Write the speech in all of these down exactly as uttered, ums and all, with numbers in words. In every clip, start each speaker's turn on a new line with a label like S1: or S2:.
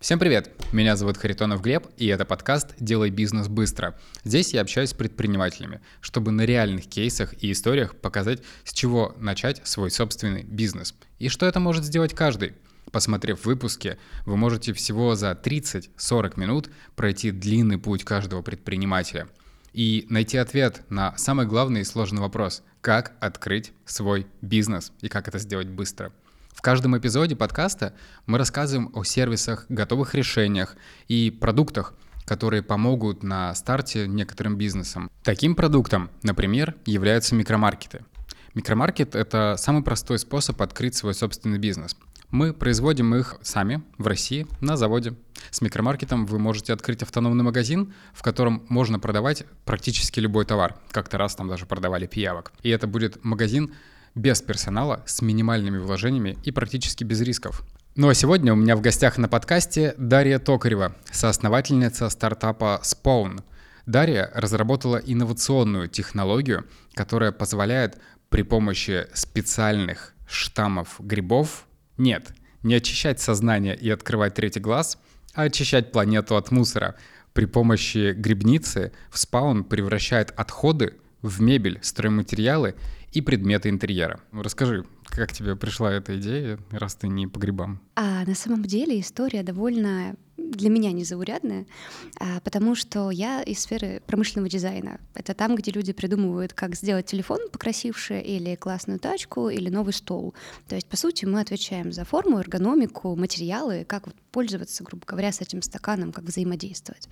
S1: Всем привет! Меня зовут Харитонов Глеб, и это подкаст «Делай бизнес быстро». Здесь я общаюсь с предпринимателями, чтобы на реальных кейсах и историях показать, с чего начать свой собственный бизнес и что это может сделать каждый. Посмотрев выпуски, вы можете всего за тридцать-сорок минут пройти длинный путь каждого предпринимателя и найти ответ на самый главный и сложный вопрос – как открыть свой бизнес и как это сделать быстро. В каждом эпизоде подкаста мы рассказываем о сервисах, готовых решениях и продуктах, которые помогут на старте некоторым бизнесам. Таким продуктом, например, являются микромаркеты. Микромаркет – это самый простой способ открыть свой собственный бизнес. Мы производим их сами в России на заводе. С микромаркетом вы можете открыть автономный магазин, в котором можно продавать практически любой товар. Как-то раз там даже продавали пиявок. И это будет магазин без персонала, с минимальными вложениями и практически без рисков. Ну а сегодня у меня в гостях на подкасте Дарья Токарева, соосновательница стартапа Spawn. Дарья разработала инновационную технологию, которая позволяет при помощи специальных штаммов грибов, нет, не очищать сознание и открывать третий глаз, а очищать планету от мусора. При помощи грибницы в Spawn превращает отходы в мебель, стройматериалы и предметы интерьера. Расскажи, как тебе пришла эта идея, раз ты не по грибам?
S2: А на самом деле история довольно для меня незаурядная, а, потому что я из сферы промышленного дизайна. Это там, где люди придумывают, как сделать телефон покрасивше, или классную тачку, или новый стол. То есть, по сути, мы отвечаем за форму, эргономику, материалы, как вот пользоваться, грубо говоря, с этим стаканом, как взаимодействовать.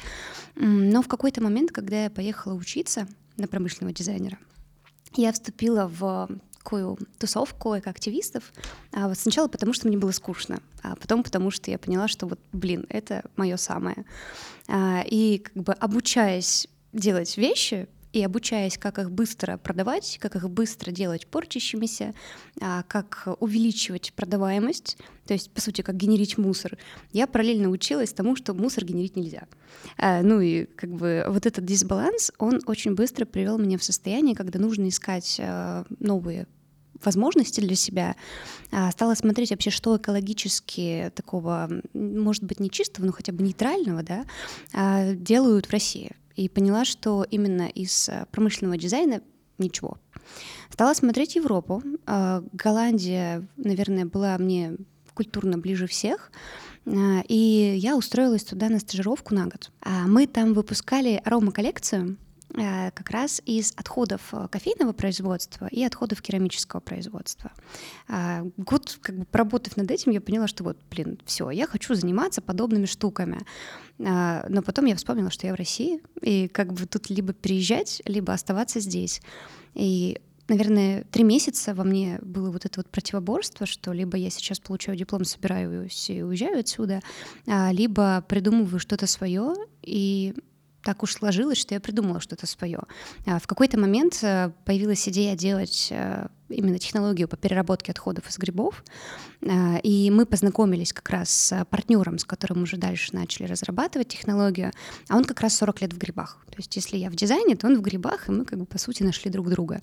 S2: Но в какой-то момент, когда я поехала учиться на промышленного дизайнера, я вступила в такую тусовку экоактивистов. А вот сначала потому, что мне было скучно, а потом потому, что я поняла, что вот, блин, это мое самое. А, и как бы обучаясь делать вещи и обучаясь, как их быстро продавать, как их быстро делать порчащимися, а, как увеличивать продаваемость, то есть, по сути, как генерить мусор, я параллельно училась тому, что мусор генерить нельзя. А, ну и как бы вот этот дисбаланс, он очень быстро привел меня в состояние, когда нужно искать а, новые возможности для себя. А, стала смотреть вообще, что экологически такого, может быть, не чистого, но хотя бы нейтрального, да, а, делают в России. И поняла, что именно из промышленного дизайна ничего. Стала смотреть Европу. Голландия, наверное, была мне культурно ближе всех. И я устроилась туда на стажировку на год. Мы там выпускали аромаколлекцию как раз из отходов кофейного производства и отходов керамического производства. Год как бы поработав над этим, я поняла, что вот, блин, все, я хочу заниматься подобными штуками. Но потом я вспомнила, что я в России, и как бы тут либо переезжать, либо оставаться здесь. И, наверное, три месяца во мне было вот это вот противоборство, что либо я сейчас получаю диплом, собираюсь и уезжаю отсюда, либо придумываю что-то свое, и так уж сложилось, что я придумала что-то свое. В какой-то момент появилась идея делать именно технологию по переработке отходов из грибов, и мы познакомились как раз с партнером, с которым уже дальше начали разрабатывать технологию, а он как раз сорок лет в грибах. То есть если я в дизайне, то он в грибах, и мы как бы по сути нашли друг друга.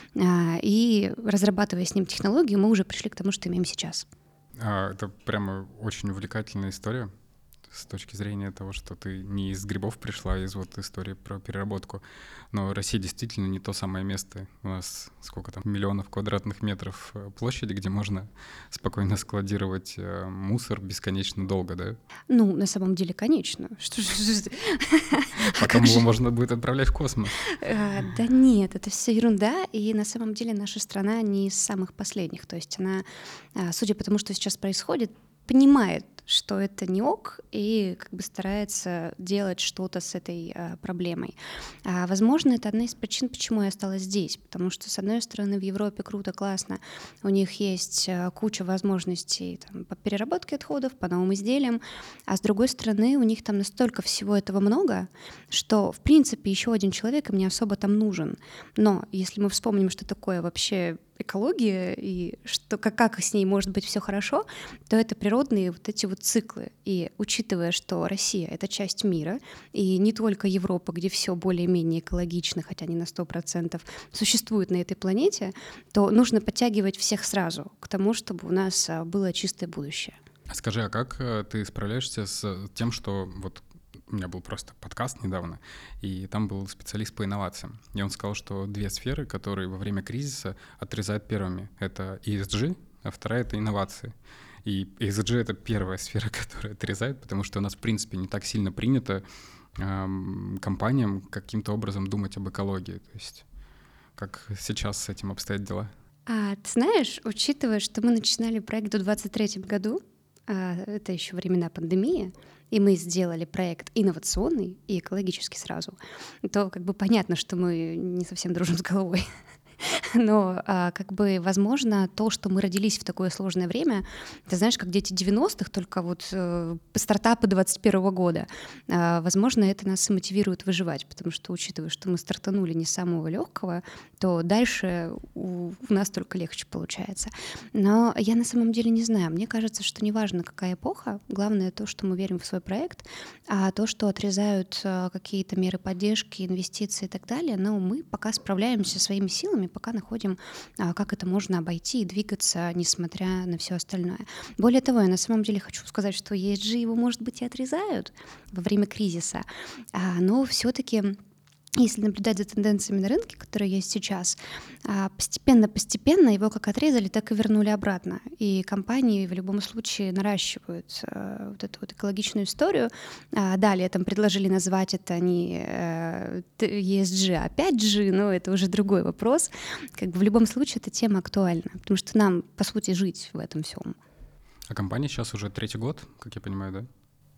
S2: И разрабатывая с ним технологию, мы уже пришли к тому, что имеем сейчас.
S1: А, это прямо очень увлекательная история. С точки зрения того, что ты не из грибов пришла, а из вот истории про переработку. Но Россия действительно не то самое место. У нас сколько там, миллионов квадратных метров площади, где можно спокойно складировать мусор бесконечно долго, да?
S2: Ну, на самом деле, конечно. Что же...
S1: Потом его можно будет отправлять в космос.
S2: Да нет, это все ерунда, и на самом деле наша страна не из самых последних. То есть она, судя по тому, что сейчас происходит, понимает, что это не ок, и как бы старается делать что-то с этой а, проблемой. А, возможно, это одна из причин, почему я осталась здесь, потому что, с одной стороны, в Европе круто, классно, у них есть а, куча возможностей там, по переработке отходов, по новым изделиям, а с другой стороны, у них там настолько всего этого много, что, в принципе, еще один человек им не особо там нужен. Но если мы вспомним, что такое вообще экология и что, как, как с ней может быть все хорошо, то это природные вот эти вот циклы. И учитывая, что Россия — это часть мира, и не только Европа, где все более-менее экологично, хотя не на сто процентов, существует на этой планете, то нужно подтягивать всех сразу к тому, чтобы у нас было чистое будущее.
S1: Скажи, а как э, ты справляешься с тем, что вот у меня был просто подкаст недавно, и там был специалист по инновациям. И он сказал, что две сферы, которые во время кризиса отрезают первыми. Это и эс джи, а вторая — это инновации. И и эс джи — это первая сфера, которая отрезает, потому что у нас, в принципе, не так сильно принято эм, компаниям каким-то образом думать об экологии. То есть как сейчас с этим обстоят дела?
S2: А ты знаешь, учитывая, что мы начинали проект в двадцать третьем году, а, это еще времена пандемии, и мы сделали проект инновационный и экологический сразу, то как бы понятно, что мы не совсем дружим с головой. Но а, как бы, возможно, то, что мы родились в такое сложное время, ты знаешь, как дети девяностых, только вот э, стартапы двадцать первого года, а, возможно, это нас и мотивирует выживать, потому что, учитывая, что мы стартанули не с самого легкого, то дальше у, у нас только легче получается. Но я на самом деле не знаю. Мне кажется, что неважно, какая эпоха, главное то, что мы верим в свой проект, а то, что отрезают а, какие-то меры поддержки, инвестиции и так далее, но мы пока справляемся своими силами, пока находим, а, как это можно обойти и двигаться, несмотря на все остальное. Более того, я на самом деле хочу сказать, что и эс джи его, может быть, и отрезают во время кризиса, а, но все-таки если наблюдать за тенденциями на рынке, которые есть сейчас, а, постепенно-постепенно его как отрезали, так и вернули обратно. И компании в любом случае наращивают а, вот эту вот экологичную историю. А, Далее там предложили назвать это не э, т- и эс джи, а пять джи, но это уже другой вопрос. Как бы в любом случае эта тема актуальна, потому что нам, по сути, жить в этом всем.
S1: А компания сейчас уже третий год, как я понимаю, да?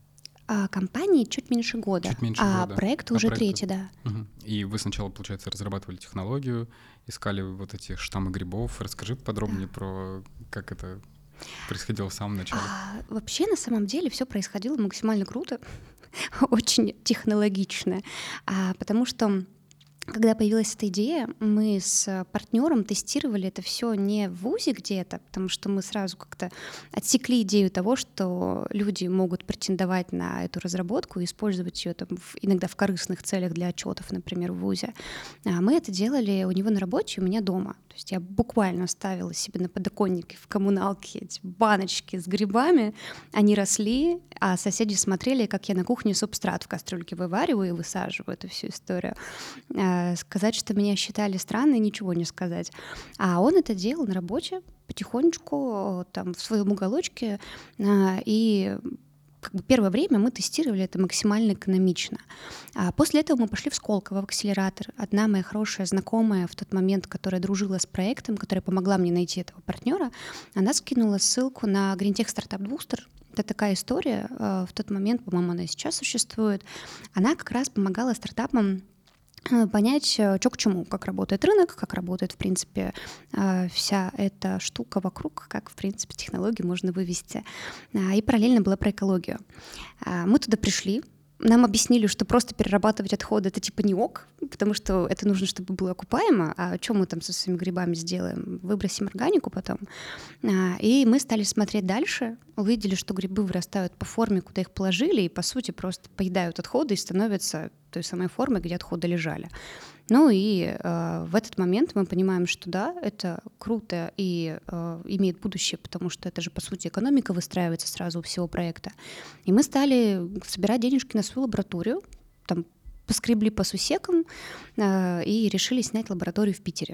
S2: А компании чуть меньше года,
S1: Чуть меньше
S2: а
S1: года.
S2: проект
S1: А
S2: уже
S1: проекту?
S2: третий, да.
S1: Мгм. И вы сначала, получается, разрабатывали технологию, искали вот эти штаммы грибов. Расскажи подробнее про как это происходило в самом начале.
S2: А, вообще, на самом деле, все происходило максимально круто, очень технологично, а, потому что когда появилась эта идея, мы с партнером тестировали это все не в вузе где-то, потому что мы сразу как-то отсекли идею того, что люди могут претендовать на эту разработку и использовать ее там в- иногда в корыстных целях для отчетов, например, в вузе. А мы это делали у него на работе, у меня дома. То есть я буквально ставила себе на подоконнике в коммуналке эти баночки с грибами, они росли, а соседи смотрели, как я на кухне субстрат в кастрюльке вывариваю и высаживаю эту всю историю. А, Сказать, что меня считали странной, ничего не сказать. А он это делал на работе потихонечку, там, в своем уголочке. а, И как бы первое время мы тестировали это максимально экономично. А после этого мы пошли в Сколково, в акселератор. Одна моя хорошая знакомая в тот момент, которая дружила с проектом, которая помогла мне найти этого партнера, она скинула ссылку на GreenTech Startup Booster. Это такая история. э, В тот момент, по-моему, она и сейчас существует. Она как раз помогала стартапам э, понять, что к чему, как работает рынок, как работает, в принципе, э, вся эта штука вокруг, как, в принципе, технологию можно вывести. А, И параллельно была про экологию. А, Мы туда пришли, нам объяснили, что просто перерабатывать отходы — это типа не ок, потому что это нужно, чтобы было окупаемо. А что мы там со своими грибами сделаем? Выбросим органику потом. А, И мы стали смотреть дальше, увидели, что грибы вырастают по форме, куда их положили, и, по сути, просто поедают отходы и становятся той самой формой, где отходы лежали. Ну и э, в этот момент мы понимаем, что да, это круто и э, имеет будущее, потому что это же, по сути, экономика выстраивается сразу у всего проекта. И мы стали собирать денежки на свою лабораторию, там поскребли по сусекам э, и решили снять лабораторию в Питере.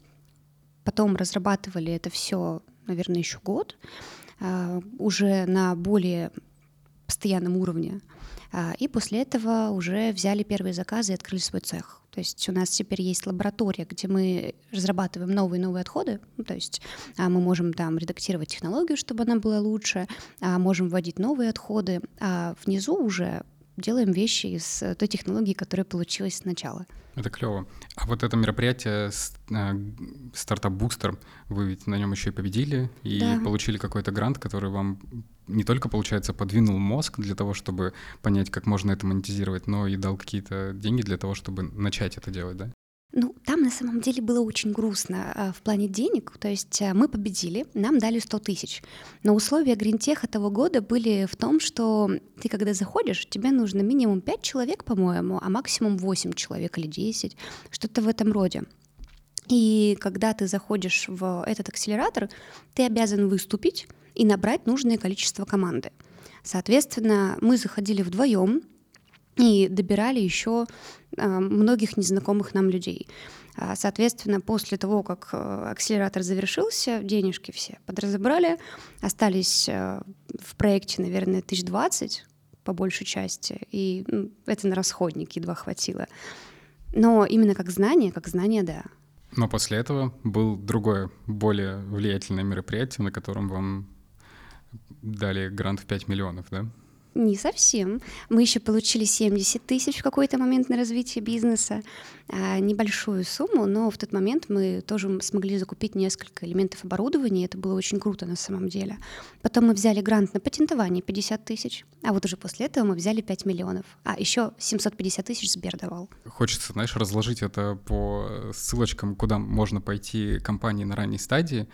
S2: Потом разрабатывали это все, наверное, еще год, э, уже на более постоянном уровне. А, И после этого уже взяли первые заказы и открыли свой цех. То есть у нас теперь есть лаборатория, где мы разрабатываем новые и новые отходы. Ну, то есть а, мы можем там редактировать технологию, чтобы она была лучше, а, можем вводить новые отходы, а внизу уже делаем вещи из той технологии, которая получилась сначала.
S1: Это клево. А вот это мероприятие с- э, стартап Бустер, вы ведь на нем еще и победили и
S2: Да.
S1: получили какой-то грант, который вам не только, получается, подвинул мозг для того, чтобы понять, как можно это монетизировать, но и дал какие-то деньги для того, чтобы начать это делать, да?
S2: Ну, там на самом деле было очень грустно а, в плане денег. То есть а, мы победили, нам дали сто тысяч. Но условия Гринтеха того года были в том, что ты, когда заходишь, тебе нужно минимум пять человек, по-моему, а максимум восемь человек или десять, что-то в этом роде. И когда ты заходишь в этот акселератор, ты обязан выступить и набрать нужное количество команды. Соответственно, мы заходили вдвоем и добирали еще многих незнакомых нам людей. Соответственно, после того, как акселератор завершился, денежки все подразобрали, остались в проекте, наверное, тысяч двадцать по большей части, и ну, это на расходник едва хватило. Но именно как знание, как знание, да.
S1: Но после этого был другое, более влиятельное мероприятие, на котором вам дали грант в пять миллионов, да?
S2: Не совсем. Мы еще получили семьдесят тысяч в какой-то момент на развитие бизнеса, небольшую сумму, но в тот момент мы тоже смогли закупить несколько элементов оборудования, и это было очень круто на самом деле. Потом мы взяли грант на патентование пятьдесят тысяч, а вот уже после этого мы взяли пять миллионов, а еще семьсот пятьдесят тысяч Сбер давал.
S1: Хочется, знаешь, разложить это по ссылочкам, куда можно пойти компании на ранней стадии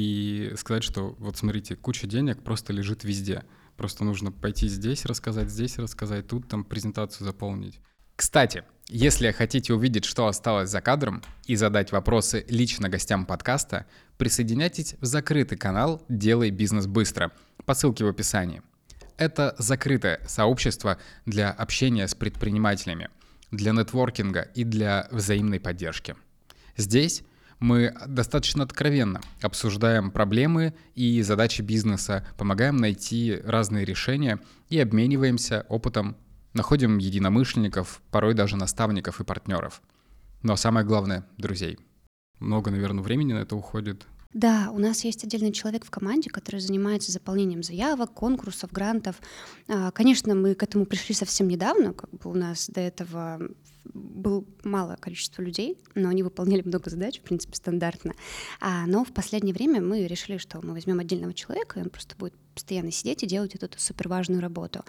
S1: и сказать, что вот смотрите, куча денег просто лежит везде. Просто нужно пойти здесь рассказать, здесь рассказать, тут там презентацию заполнить. Кстати, если хотите увидеть, что осталось за кадром, и задать вопросы лично гостям подкаста, присоединяйтесь в закрытый канал «Делай бизнес быстро» по ссылке в описании. Это закрытое сообщество для общения с предпринимателями, для нетворкинга и для взаимной поддержки. Здесь мы достаточно откровенно обсуждаем проблемы и задачи бизнеса, помогаем найти разные решения и обмениваемся опытом, находим единомышленников, порой даже наставников и партнеров. Но самое главное — друзей. Много, наверное, времени на это уходит.
S2: Да, у нас есть отдельный человек в команде, который занимается заполнением заявок, конкурсов, грантов. Конечно, мы к этому пришли совсем недавно, как бы у нас до этого было малое количество людей, но они выполняли много задач, в принципе, стандартно. А, но в последнее время мы решили, что мы возьмем отдельного человека, и он просто будет постоянно сидеть и делать эту суперважную работу.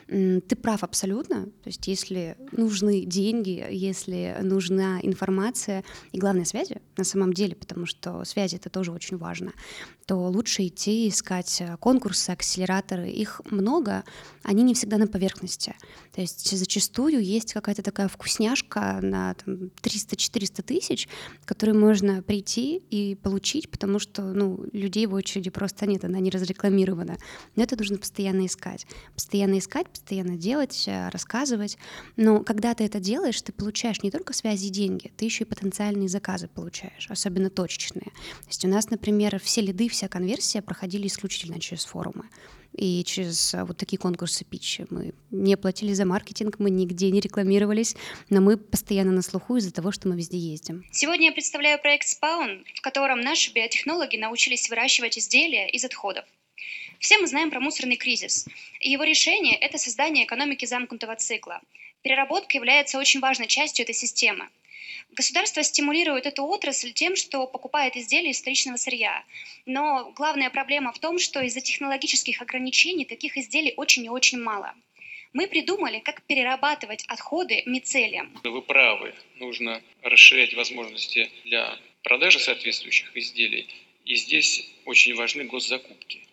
S2: Ты прав абсолютно. То есть если нужны деньги, если нужна информация и, главное, связи на самом деле, потому что связи — это тоже очень важно, то лучше идти искать конкурсы, акселераторы. Их много, они не всегда на поверхности. То есть зачастую есть какая-то такая вкусняшка на там, триста-четыреста тысяч, которую можно прийти и получить, потому что ну, людей в очереди просто нет, она не разрекламирована. Но это нужно постоянно искать. Постоянно искать, постоянно делать, рассказывать. Но когда ты это делаешь, ты получаешь не только связи и деньги, ты еще и потенциальные заказы получаешь, особенно точечные. То есть у нас, например, все лиды, вся конверсия проходили исключительно через форумы и через вот такие конкурсы питчи. Мы не платили за маркетинг, мы нигде не рекламировались, но мы постоянно на слуху из-за того, что мы везде ездим.
S3: Сегодня я представляю проект Spawn, в котором наши биотехнологи научились выращивать изделия из отходов. Все мы знаем про мусорный кризис, и его решение – это создание экономики замкнутого цикла. Переработка является очень важной частью этой системы. Государство стимулирует эту отрасль тем, что покупает изделия из вторичного сырья. Но главная проблема в том, что из-за технологических ограничений таких изделий очень и очень мало. Мы придумали, как перерабатывать отходы мицелием.
S4: Вы правы, нужно расширять возможности для продажи соответствующих изделий. И здесь очень важны госзакупки.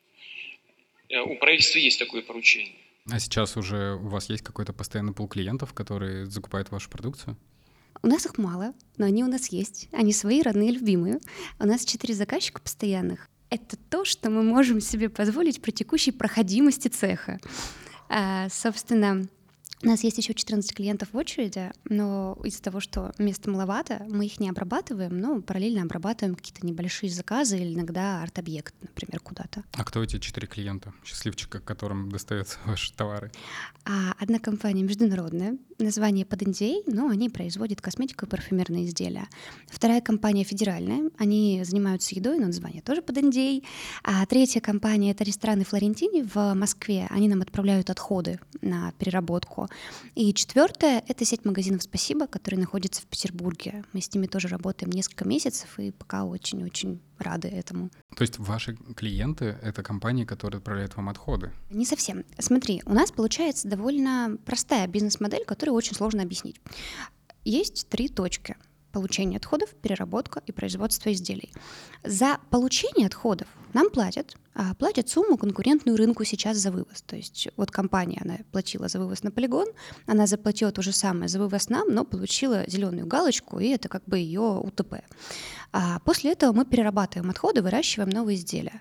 S4: У правительства есть такое поручение.
S1: А сейчас уже у вас есть какой-то постоянный пул клиентов, которые закупают вашу продукцию?
S2: У нас их мало, но они у нас есть. Они свои, родные, любимые. У нас четыре заказчика постоянных. Это то, что мы можем себе позволить при текущей проходимости цеха. А, собственно, у нас есть еще четырнадцать клиентов в очереди, но из-за того, что места маловато, мы их не обрабатываем, но параллельно обрабатываем какие-то небольшие заказы или иногда арт-объект, например, куда-то.
S1: А кто эти четыре клиента, счастливчика, которым достаются ваши товары?
S2: А, одна компания международная, название под эн ди эй, но они производят косметику и парфюмерные изделия. Вторая компания федеральная, они занимаются едой, но название тоже под эн ди эй. А третья компания — это рестораны Флорентини в Москве, они нам отправляют отходы на переработку. И четвертое — это сеть магазинов «Спасибо», которые находятся в Петербурге. Мы с ними тоже работаем несколько месяцев и пока очень-очень рады этому.
S1: То есть ваши клиенты — это компании, которые отправляют вам отходы?
S2: Не совсем. Смотри, у нас получается довольно простая бизнес-модель, которую очень сложно объяснить. Есть три точки: получение отходов, переработка и производство изделий. За получение отходов нам платят а платят сумму, конкурентную рынку сейчас за вывоз. То есть вот компания, она платила за вывоз на полигон, она заплатила то же самое за вывоз нам, но получила зеленую галочку, и это как бы ее УТП. А после этого мы перерабатываем отходы, выращиваем новые изделия.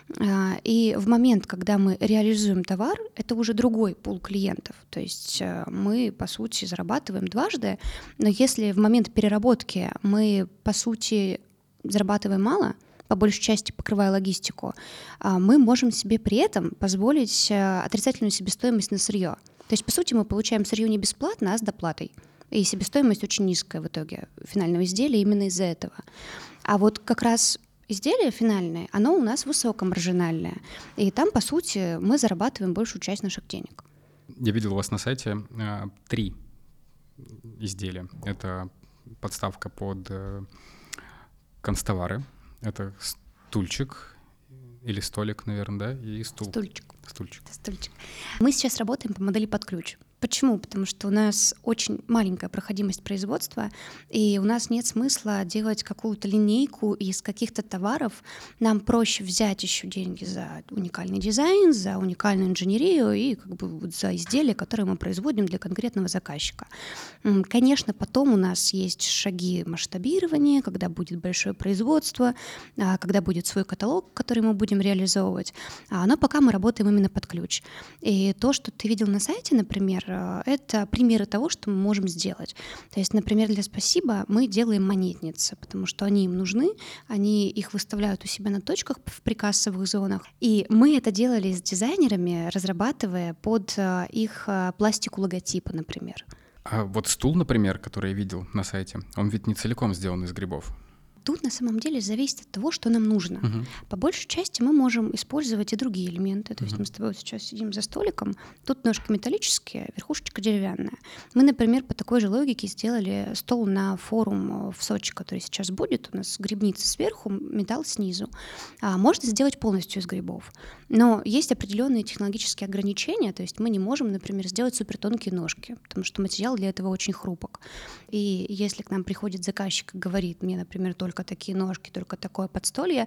S2: И в момент, когда мы реализуем товар, это уже другой пул клиентов. То есть мы, по сути, зарабатываем дважды, но если в момент переработки мы, по сути, зарабатываем мало, по большей части покрывая логистику, мы можем себе при этом позволить отрицательную себестоимость на сырье. То есть, по сути, мы получаем сырье не бесплатно, а с доплатой. И себестоимость очень низкая в итоге финального изделия именно из-за этого. А вот как раз изделие финальное, оно у нас высокомаржинальное. И там, по сути, мы зарабатываем большую часть наших денег.
S1: Я видел у вас на сайте э, три изделия. Это подставка под э, канцтовары. Это стульчик или столик, наверное, да? И стул.
S2: Стульчик.
S1: Стульчик.
S2: Стульчик. Мы сейчас работаем по модели под ключ. Почему? Потому что у нас очень маленькая проходимость производства, и у нас нет смысла делать какую-то линейку из каких-то товаров. Нам проще взять еще деньги за уникальный дизайн, за уникальную инженерию и как бы вот за изделия, которые мы производим для конкретного заказчика. Конечно, потом у нас есть шаги масштабирования, когда будет большое производство, когда будет свой каталог, который мы будем реализовывать. Но пока мы работаем именно под ключ. И то, что ты видел на сайте, например, это примеры того, что мы можем сделать. То есть, например, для «Спасибо» мы делаем монетницы, потому что они им нужны, они их выставляют у себя на точках в прикассовых зонах. И мы это делали с дизайнерами, разрабатывая под их пластику логотипа, например.
S1: А вот стул, например, который я видел на сайте, он ведь не целиком сделан из грибов.
S2: Тут на самом деле зависит от того, что нам нужно. Uh-huh. По большей части мы можем использовать и другие элементы. То есть uh-huh. мы с тобой вот сейчас сидим за столиком, тут ножки металлические, верхушечка деревянная. Мы, например, по такой же логике сделали стол на форум в Сочи, который сейчас будет. У нас грибница сверху, металл снизу. А можно сделать полностью из грибов. Но есть определенные технологические ограничения. То есть мы не можем, например, сделать супертонкие ножки, потому что материал для этого очень хрупок. И если к нам приходит заказчик и говорит, мне, например, только такие ножки, только такое подстолье,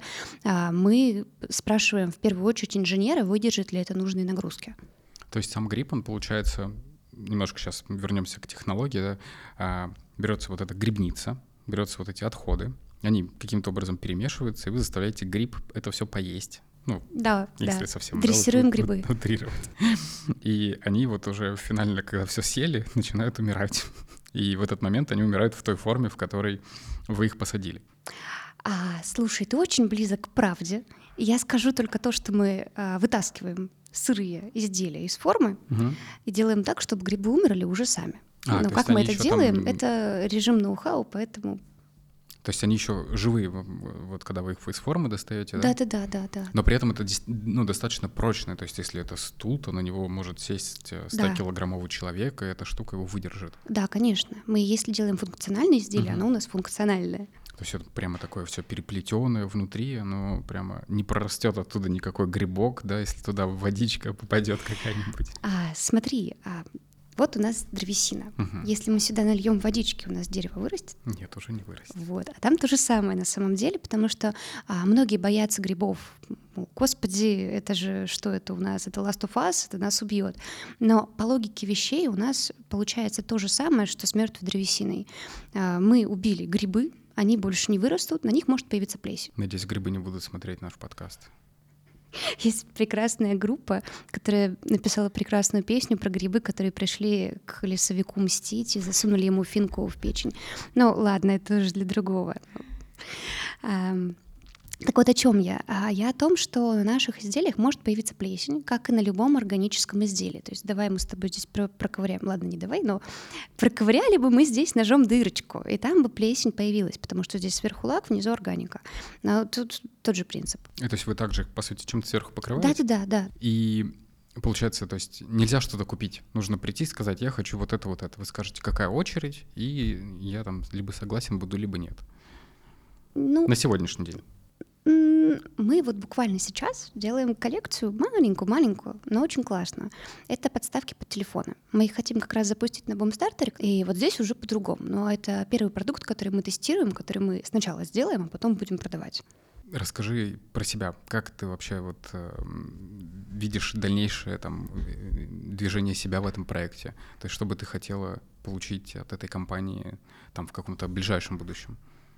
S2: мы спрашиваем в первую очередь инженера, выдержит ли это нужные нагрузки.
S1: То есть сам гриб, он получается, немножко сейчас вернемся к технологии, да, берется вот эта грибница, берется вот эти отходы, они каким-то образом перемешиваются, и вы заставляете гриб это все поесть. Ну,
S2: да,
S1: если
S2: да.
S1: совсем
S2: Дрессируем
S1: да,
S2: грибы.
S1: Утрировать. И они вот уже финально, когда все съели, начинают умирать. И в этот момент они умирают в той форме, в которой вы их посадили.
S2: А, слушай, ты очень близок к правде. Я скажу только то, что мы а, вытаскиваем сырые изделия из формы угу. и делаем так, чтобы грибы умерли уже сами. А, Но как мы это делаем, там... это режим ноу-хау, поэтому...
S1: То есть они еще живые, вот когда вы их из формы достаете,
S2: да? Да, да, да, да.
S1: Но при этом это ну, достаточно прочное. То есть если это стул, то на него может сесть ста-килограммовый человек, и эта штука его выдержит.
S2: Да, конечно. Мы, если делаем функциональные изделия, угу. оно у нас функциональное.
S1: То есть это прямо такое все переплетенное внутри, оно прямо не прорастет оттуда никакой грибок, да, если туда водичка попадет какая-нибудь.
S2: А, смотри, а... Вот у нас древесина. Угу. Если мы сюда нальем водички, у нас дерево вырастет?
S1: Нет, уже не вырастет.
S2: Вот. А там то же самое на самом деле, потому что а, многие боятся грибов. Ну, господи, это же что это у нас? Это Last of Us, это нас убьет. Но по логике вещей у нас получается то же самое, что с мертвой древесиной. А, мы убили грибы, они больше не вырастут, на них может появиться плесень.
S1: Надеюсь, грибы не будут смотреть наш подкаст.
S2: Есть прекрасная группа, которая написала прекрасную песню про грибы, которые пришли к лесовику мстить и засунули ему финку в печень. Ну ладно, это уже для другого. Так вот о чем я? Я о том, что на наших изделиях может появиться плесень, как и на любом органическом изделии. То есть давай мы с тобой здесь проковыряем. Ладно, не давай, но проковыряли бы мы здесь ножом дырочку, и там бы плесень появилась, потому что здесь сверху лак, внизу органика. Но тут тот же принцип.
S1: И, то есть вы также, по сути, чем-то сверху покрываете?
S2: Да, да, да.
S1: И получается, то есть нельзя что-то купить. Нужно прийти и сказать, я хочу вот это, вот это. Вы скажете, какая очередь, и я там либо согласен буду, либо нет. Ну, на сегодняшний день.
S2: Мы вот буквально сейчас делаем коллекцию маленькую-маленькую, но очень классную. Это подставки под телефоны. Мы их хотим как раз запустить на Бумстартере, и вот здесь уже по-другому. Но это первый продукт, который мы тестируем, который мы сначала сделаем, а потом будем продавать.
S1: Расскажи про себя. Как ты вообще вот э, видишь дальнейшее там движение себя в этом проекте? То есть что бы ты хотела получить от этой компании там в каком-то ближайшем будущем?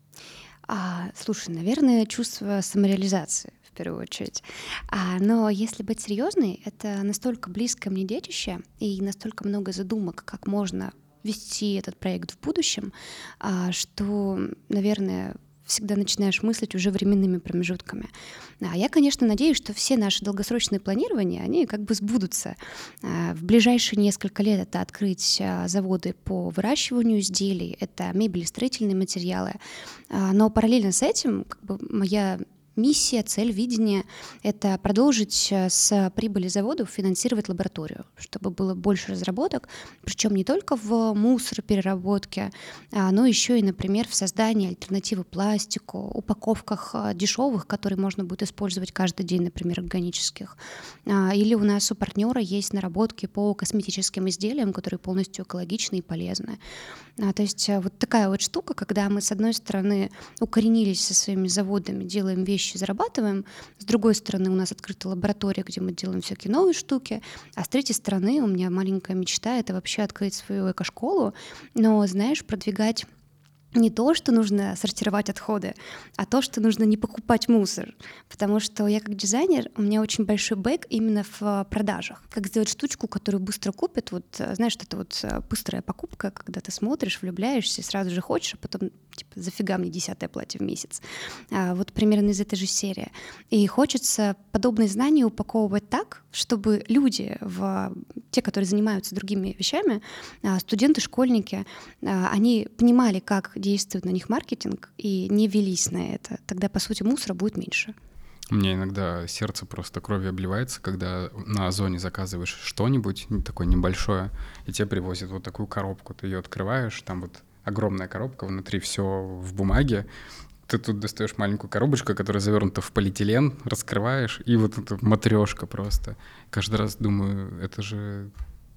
S2: А, слушай, наверное, чувство самореализации в первую очередь. А, но если быть серьезной, это настолько близкое мне детище и настолько много задумок, как можно вести этот проект в будущем, а, что, наверное, всегда начинаешь мыслить уже временными промежутками. А я, конечно, надеюсь, что все наши долгосрочные планирования, они как бы сбудутся. В ближайшие несколько лет это открыть заводы по выращиванию изделий, это мебель, строительные материалы. Но параллельно с этим как бы моя миссия, цель, видение — это продолжить с прибыли заводов финансировать лабораторию, чтобы было больше разработок, причем не только в мусоропереработке, но еще и, например, в создании альтернативы пластику, упаковках дешевых, которые можно будет использовать каждый день, например, органических. Или у нас у партнера есть наработки по косметическим изделиям, которые полностью экологичны и полезны. То есть вот такая вот штука, когда мы, с одной стороны, укоренились со своими заводами, делаем вещи, зарабатываем. С другой стороны, у нас открыта лаборатория, где мы делаем всякие новые штуки. А с третьей стороны, у меня маленькая мечта — это вообще открыть свою эко-школу, но, знаешь, продвигать не то, что нужно сортировать отходы, а то, что нужно не покупать мусор. Потому что я как дизайнер, у меня очень большой бэк именно в продажах. Как сделать штучку, которую быстро купят. Вот, знаешь, это вот быстрая покупка, когда ты смотришь, влюбляешься, сразу же хочешь, а потом типа зафига мне десятое платье в месяц. А, вот примерно из этой же серии. И хочется подобные знания упаковывать так, чтобы люди, в, те, которые занимаются другими вещами, студенты, школьники, они понимали, как действует на них маркетинг, и не велись на это. Тогда, по сути, мусора будет меньше.
S1: У меня иногда сердце просто кровью обливается, когда на Озоне заказываешь что-нибудь такое небольшое, и тебе привозят вот такую коробку. Ты ее открываешь, там вот огромная коробка, внутри все в бумаге. Ты тут достаешь маленькую коробочку, которая завернута в полиэтилен, раскрываешь, и вот эта матрешка просто. Каждый раз думаю, это же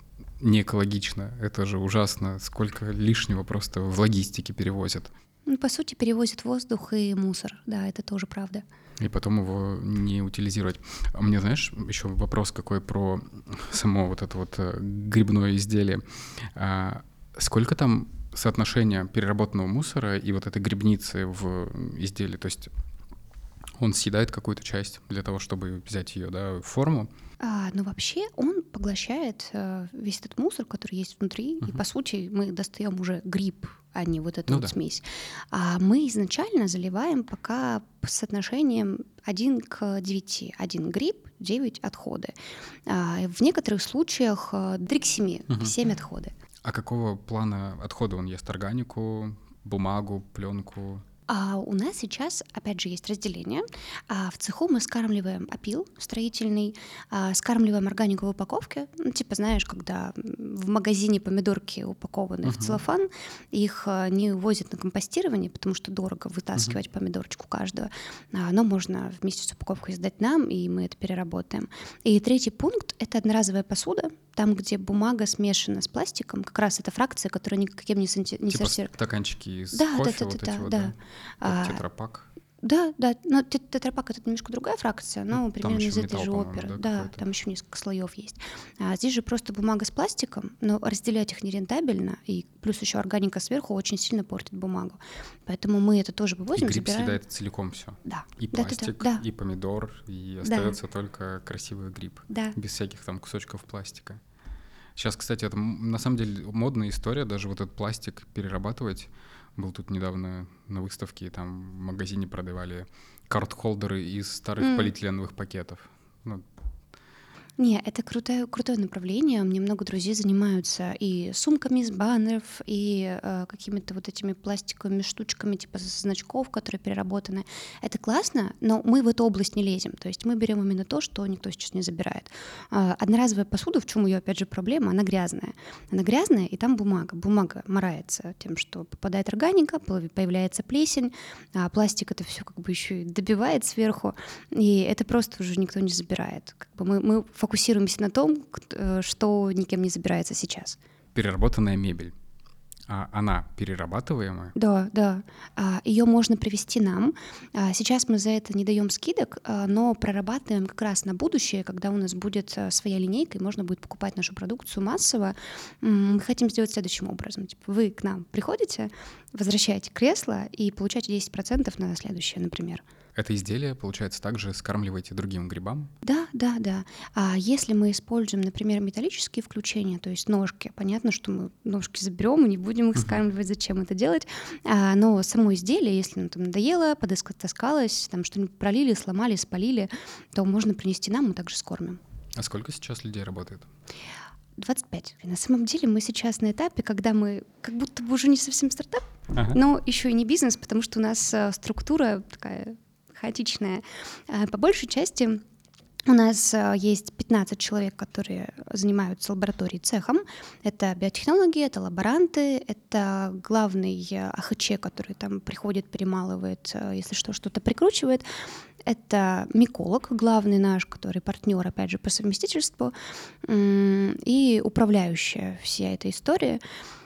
S1: не экологично, это же ужасно, сколько лишнего просто в логистике перевозят.
S2: Ну, по сути, перевозят воздух и мусор, да, это тоже правда.
S1: И потом его не утилизировать. А мне, знаешь, еще вопрос какой про само вот это вот грибное изделие. А сколько там соотношение переработанного мусора и вот этой грибницы в изделии? То есть он съедает какую-то часть для того, чтобы взять ее, да, в форму?
S2: А, ну, вообще он поглощает э, весь этот мусор, который есть внутри, uh-huh. и, по сути, мы достаем уже гриб, а не вот эту
S1: ну,
S2: вот
S1: да.
S2: смесь. А мы изначально заливаем пока с соотношением один к девяти. один гриб, девять отходы. А в некоторых случаях три к семи, uh-huh. семь отходы.
S1: А какого плана отхода он ест? Органику, бумагу, пленку?
S2: А у нас сейчас, опять же, есть разделение. А в цеху мы скармливаем опил строительный, а скармливаем органику в упаковке. Ну, типа, знаешь, когда в магазине помидорки упакованы uh-huh. в целлофан, их не возят на компостирование, потому что дорого вытаскивать uh-huh. помидорочку каждую. Но можно вместе с упаковкой сдать нам, и мы это переработаем. И третий пункт — это одноразовая посуда. Там, где бумага смешана с пластиком, как раз это фракция, которая никаким не, санти... не
S1: типа
S2: сортирует.
S1: Стаканчики из
S2: да,
S1: кофе,
S2: да,
S1: вот
S2: да,
S1: эти
S2: да,
S1: вот,
S2: да.
S1: да?
S2: А,
S1: тетрапак.
S2: Да, да, но тетрапак — это немножко другая фракция, но
S1: там
S2: примерно из этой
S1: металл,
S2: же оперы. Да, да там еще несколько слоев есть. А здесь же просто бумага с пластиком, но разделять их нерентабельно, и плюс еще органика сверху очень сильно портит бумагу. Поэтому мы это тоже вывозим,
S1: и гриб
S2: забираем.
S1: съедает целиком все.
S2: Да.
S1: И
S2: да,
S1: пластик,
S2: да, да.
S1: и помидор, и остается да. только красивый гриб.
S2: Да.
S1: Без всяких там кусочков пластика. Сейчас, кстати, это на самом деле модная история, даже вот этот пластик перерабатывать. Был тут недавно на выставке, там в магазине продавали карт-холдеры из старых mm. полиэтиленовых пакетов. Ну,
S2: Не, это крутое, крутое направление. У меня много друзей занимаются и сумками из баннеров, и э, какими-то вот этими пластиковыми штучками типа значков, которые переработаны. Это классно, но мы в эту область не лезем. То есть мы берем именно то, что никто сейчас не забирает. Э, одноразовая посуда, в чем ее, опять же, проблема, она грязная. Она грязная, и там бумага. Бумага морается тем, что попадает органика, появляется плесень, а пластик это все как бы еще и добивает сверху, и это просто уже никто не забирает. Как бы мы, мы фокусируемся на том, что никем не забирается сейчас.
S1: Переработанная мебель. А она перерабатываемая?
S2: Да, да. Ее можно привести нам. А, Сейчас мы за это не даем скидок, а, но прорабатываем как раз на будущее, когда у нас будет а, своя линейка, и можно будет покупать нашу продукцию массово. М, Мы хотим сделать следующим образом. Типа, вы к нам приходите, возвращаете кресло и получаете десять процентов на следующее, например.
S1: Это изделие, получается, также скармливаете другим грибам?
S2: Да, да, да. А если мы используем, например, металлические включения, то есть ножки, понятно, что мы ножки заберем и не будем их скармливать, зачем это делать. А, но само изделие, если оно там надоело, подыскалось, там что-нибудь пролили, сломали, спалили, то можно принести нам, мы также скормим.
S1: А сколько сейчас людей работает?
S2: двадцать пять. И на самом деле мы сейчас на этапе, когда мы как будто бы уже не совсем стартап,
S1: Ага.
S2: но еще и не бизнес, потому что у нас а, структура такая хаотичная. А, По большей части у нас а, есть пятнадцать человек, которые занимаются лабораторией цехом. Это биотехнологи, это лаборанты, это главный а, АХЧ, который там приходит, перемалывает, а, если что, что-то прикручивает. Это миколог, главный наш, который партнер, опять же, по совместительству, м, и управляющая вся эта история.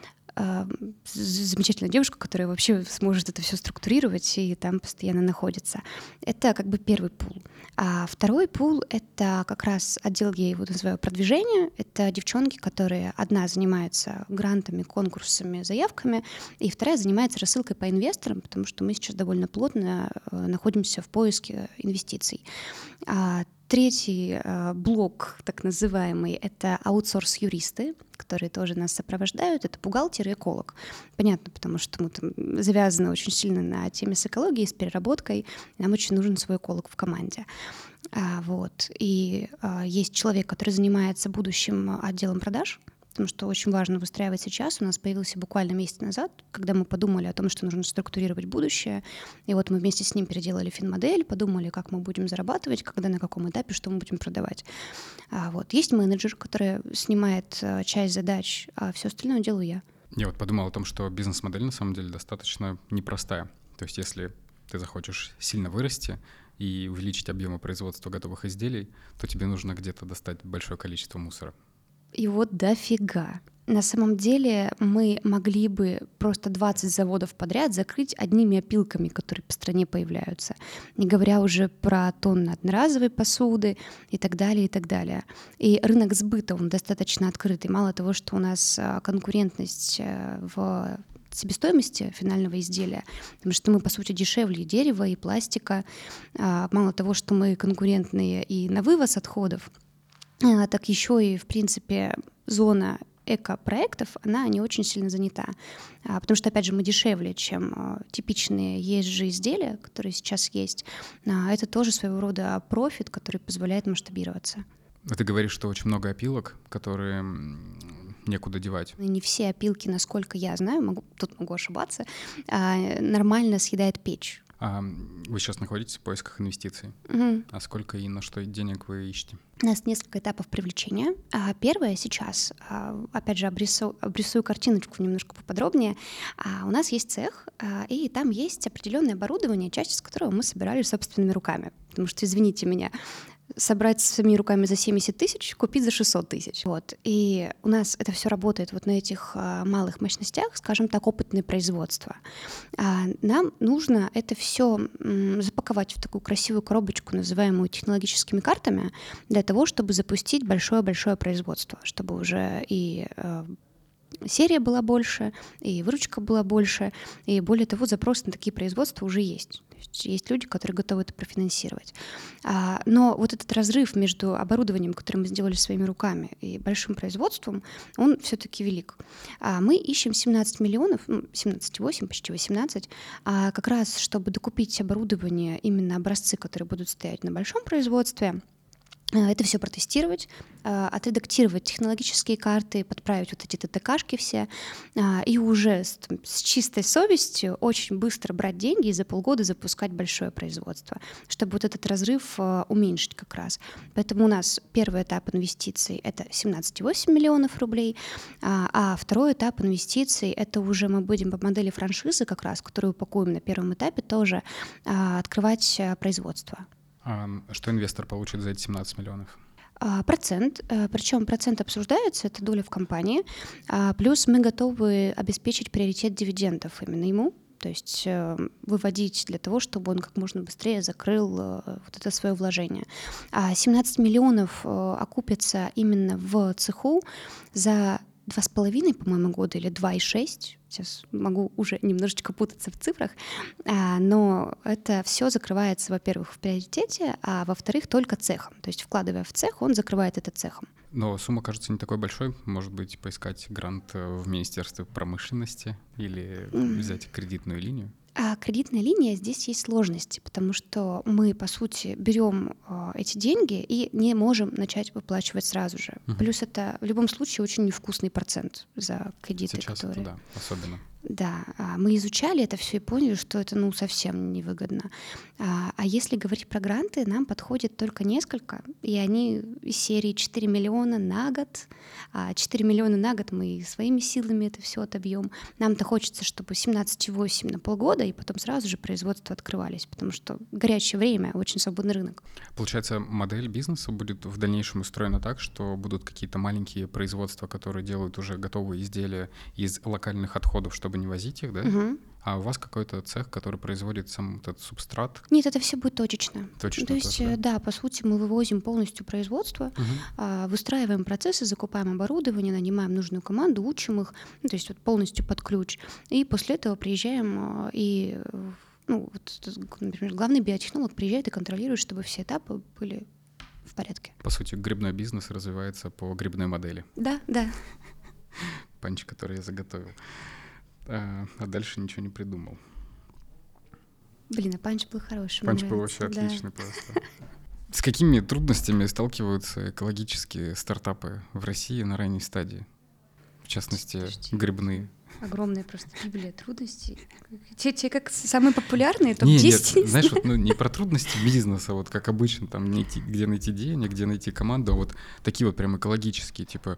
S2: а, з- Замечательная девушка, которая вообще сможет это все структурировать и там постоянно находится. Это как бы первый пул. А второй пул — это как раз отдел, я его называю, продвижения. Это девчонки, которые одна занимается грантами, конкурсами, заявками, и вторая занимается рассылкой по инвесторам, потому что мы сейчас довольно плотно э, находимся в поиске инвестиций. А Третий э, блок, так называемый, это аутсорс-юристы, которые тоже нас сопровождают. Это бухгалтер и эколог. Понятно, потому что мы там завязаны очень сильно на теме с экологией, с переработкой. Нам очень нужен свой эколог в команде. А, вот. И а, есть человек, который занимается будущим отделом продаж, потому что очень важно выстраивать сейчас. У нас появился буквально месяц назад, когда мы подумали о том, что нужно структурировать будущее. И вот мы вместе с ним переделали финмодель, подумали, как мы будем зарабатывать, когда, на каком этапе, что мы будем продавать. А вот. Есть менеджер, который снимает а, часть задач, а все остальное делаю я.
S1: Я вот подумал о том, что бизнес-модель на самом деле достаточно непростая. То есть если ты захочешь сильно вырасти и увеличить объемы производства готовых изделий, то тебе нужно где-то достать большое количество мусора.
S2: И вот дофига. На самом деле мы могли бы просто двадцать заводов подряд закрыть одними опилками, которые по стране появляются, не говоря уже про тонны одноразовой посуды и так далее, и так далее. И рынок сбыта, он достаточно открытый. Мало того, что у нас а, конкурентность а, в себестоимости финального изделия, потому что мы, по сути, дешевле и дерева, и пластика. А, Мало того, что мы конкурентные и на вывоз отходов, а, так еще и, в принципе, зона эко-проектов, она не очень сильно занята. А, Потому что, опять же, мы дешевле, чем а, типичные и эс джи-изделия, которые сейчас есть. А, Это тоже своего рода профит, который позволяет масштабироваться.
S1: Ты говоришь, что очень много опилок, которые м, некуда девать.
S2: И не все опилки, насколько я знаю, могу, тут могу ошибаться, а, нормально съедает печь.
S1: А вы сейчас находитесь в поисках инвестиций.
S2: Мгм.
S1: А сколько и на что денег вы ищете?
S2: У нас несколько этапов привлечения. А, Первое сейчас, а, опять же, обрису- обрисую картиночку немножко поподробнее. А, У нас есть цех, а, и там есть определенное оборудование, часть из которого мы собирали собственными руками. Потому что, извините меня, собрать своими руками за семьдесят тысяч, купить за шестьсот тысяч. Вот. И у нас это все работает вот на этих а, малых мощностях, скажем так, опытное производство. А, Нам нужно это все запаковать в такую красивую коробочку, называемую технологическими картами, для того, чтобы запустить большое-большое производство, чтобы уже и э, серия была больше, и выручка была больше, и более того, запрос на такие производства уже есть. То есть есть люди, которые готовы это профинансировать. А, Но вот этот разрыв между оборудованием, которое мы сделали своими руками, и большим производством, он все-таки велик. А Мы ищем семнадцать миллионов, ну, семнадцать целых восемь, почти восемнадцать, а, как раз чтобы докупить оборудование, именно образцы, которые будут стоять на большом производстве, а, это все протестировать, а, отредактировать технологические карты, подправить вот эти тэ тэ ка-шки все, а, и уже с, там, с чистой совестью очень быстро брать деньги и за полгода запускать большое производство, чтобы вот этот разрыв а, уменьшить как раз. Поэтому у нас первый этап инвестиций — это семнадцать целых восемь миллионов рублей, а, а второй этап инвестиций — это уже мы будем по модели франшизы как раз, которую упакуем на первом этапе, тоже а, открывать а, производство.
S1: А что инвестор получит за эти семнадцать миллионов?
S2: А, Процент, э, причем процент обсуждается, это доля в компании, а, плюс мы готовы обеспечить приоритет дивидендов именно ему, то есть э, выводить для того, чтобы он как можно быстрее закрыл э, вот это свое вложение. А семнадцать миллионов э, окупится именно в цеху за два с половиной, по-моему, года или два и шесть. Сейчас могу уже немножечко путаться в цифрах, а, но это все закрывается, во-первых, в приоритете, а во-вторых, только цехом. То есть вкладывая в цех, он закрывает это цехом.
S1: Но сумма кажется не такой большой. Может быть, поискать грант в Министерстве промышленности или взять кредитную линию?
S2: А кредитная линия, здесь есть сложности, потому что мы, по сути, берем э, эти деньги и не можем начать выплачивать сразу же. Uh-huh. Плюс это в любом случае очень невкусный процент за кредиты,
S1: Сейчас
S2: которые...
S1: это, да, особенно.
S2: Да, мы изучали это все и поняли, что это ну совсем невыгодно. А, а если говорить про гранты, нам подходит только несколько, и они из серии четыре миллиона на год. А четыре миллиона на год мы своими силами это все отобьем. Нам-то хочется, чтобы семнадцать целых восемь на полгода, и потом сразу же производства открывались, потому что горячее время, очень свободный рынок.
S1: Получается, модель бизнеса будет в дальнейшем устроена так, что будут какие-то маленькие производства, которые делают уже готовые изделия из локальных отходов, чтобы не возить их, да?
S2: Угу.
S1: А у вас какой-то цех, который производит сам этот субстрат?
S2: Нет, это все будет точечно.
S1: Точно.
S2: То есть,
S1: тоже,
S2: да? да, по сути, мы вывозим полностью производство, угу. выстраиваем процессы, закупаем оборудование, нанимаем нужную команду, учим их, ну, то есть вот полностью под ключ. И после этого приезжаем и, ну, вот, например, главный биотехнолог приезжает и контролирует, чтобы все этапы были в порядке.
S1: По сути, грибной бизнес развивается по грибной модели.
S2: Да, да.
S1: Панч, который я заготовил. А, а дальше ничего не придумал.
S2: Блин, а панч был хороший.
S1: Панч был вообще да. отличный просто. С какими трудностями сталкиваются экологические стартапы в России на ранней стадии? В частности, Слушайте, грибные.
S2: Огромная просто библия трудностей. Те, те как самые популярные, топ
S1: не,
S2: десять.
S1: Нет, знаешь, вот, ну, не про трудности бизнеса, вот как обычно, там, найти, где найти денег, где найти команду, а вот такие вот прям экологические, типа,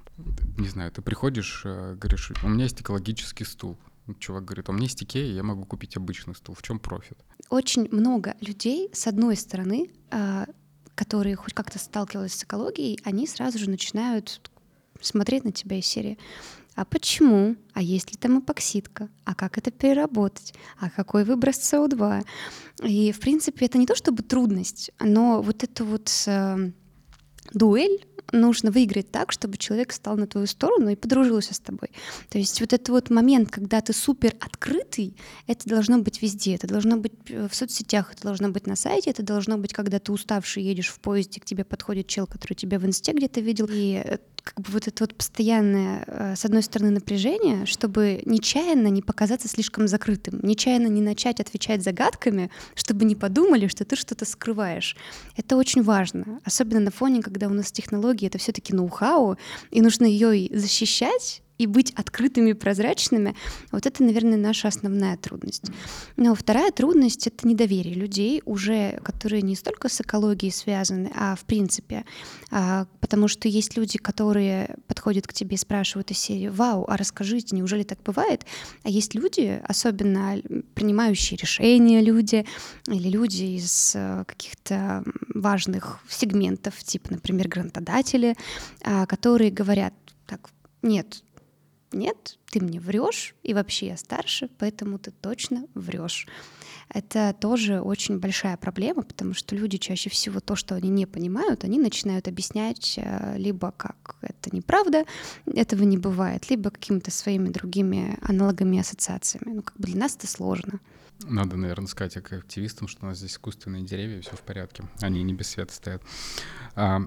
S1: не знаю, ты приходишь, говоришь, у меня есть экологический стул. Чувак говорит, у меня есть Икея, я могу купить обычный стул. В чем профит?
S2: Очень много людей, с одной стороны, которые хоть как-то сталкивались с экологией, они сразу же начинают смотреть на тебя из серии: а почему? А есть ли там эпоксидка? А как это переработать? А какой выброс си о два? И, в принципе, это не то чтобы трудность, но вот эту вот э, дуэль нужно выиграть так, чтобы человек стал на твою сторону и подружился с тобой. То есть вот этот вот момент, когда ты супер открытый, это должно быть везде. Это должно быть в соцсетях, это должно быть на сайте, это должно быть, когда ты уставший едешь в поезде, к тебе подходит чел, который тебя в инсте где-то видел. И как бы вот это вот постоянное, с одной стороны, напряжение, чтобы нечаянно не показаться слишком закрытым, нечаянно не начать отвечать загадками, чтобы не подумали, что ты что-то скрываешь. Это очень важно, особенно на фоне, когда у нас технологии — это все-таки ноу-хау, и нужно ее защищать и быть открытыми, прозрачными. Вот это, наверное, наша основная трудность. Но вторая трудность — это недоверие людей, уже, которые не столько с экологией связаны, а в принципе. А, потому что есть люди, которые подходят к тебе и спрашивают из серии: «Вау, а расскажите, неужели так бывает?» А есть люди, особенно принимающие решения люди, или люди из каких-то важных сегментов, типа, например, грантодатели, которые говорят: так, нет, Нет, ты мне врешь, и вообще я старше, поэтому ты точно врешь. Это тоже очень большая проблема, потому что люди чаще всего то, что они не понимают, они начинают объяснять либо как это неправда, этого не бывает, либо какими-то своими другими аналогами, ассоциациями. Ну, как бы для нас это сложно.
S1: Надо, наверное, сказать активистам, что у нас здесь искусственные деревья, все в порядке. Они не без света стоят. А...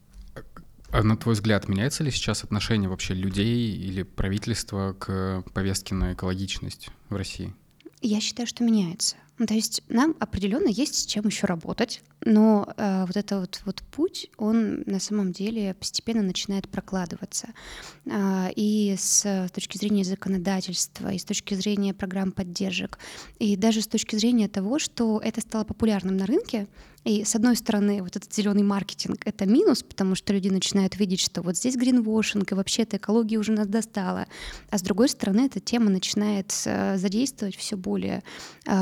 S1: А на твой взгляд, меняется ли сейчас отношение вообще людей или правительства к повестке на экологичность в России?
S2: Я считаю, что меняется. То есть нам определенно есть с чем еще работать, но э, вот этот вот, вот путь, он на самом деле постепенно начинает прокладываться. Э, и с, с точки зрения законодательства, и с точки зрения программ поддержек, и даже с точки зрения того, что это стало популярным на рынке. И с одной стороны, вот этот зеленый маркетинг — это минус, потому что люди начинают видеть, что вот здесь гринвошинг, и вообще эта экология уже нас достала. А с другой стороны, эта тема начинает задействовать все более крупные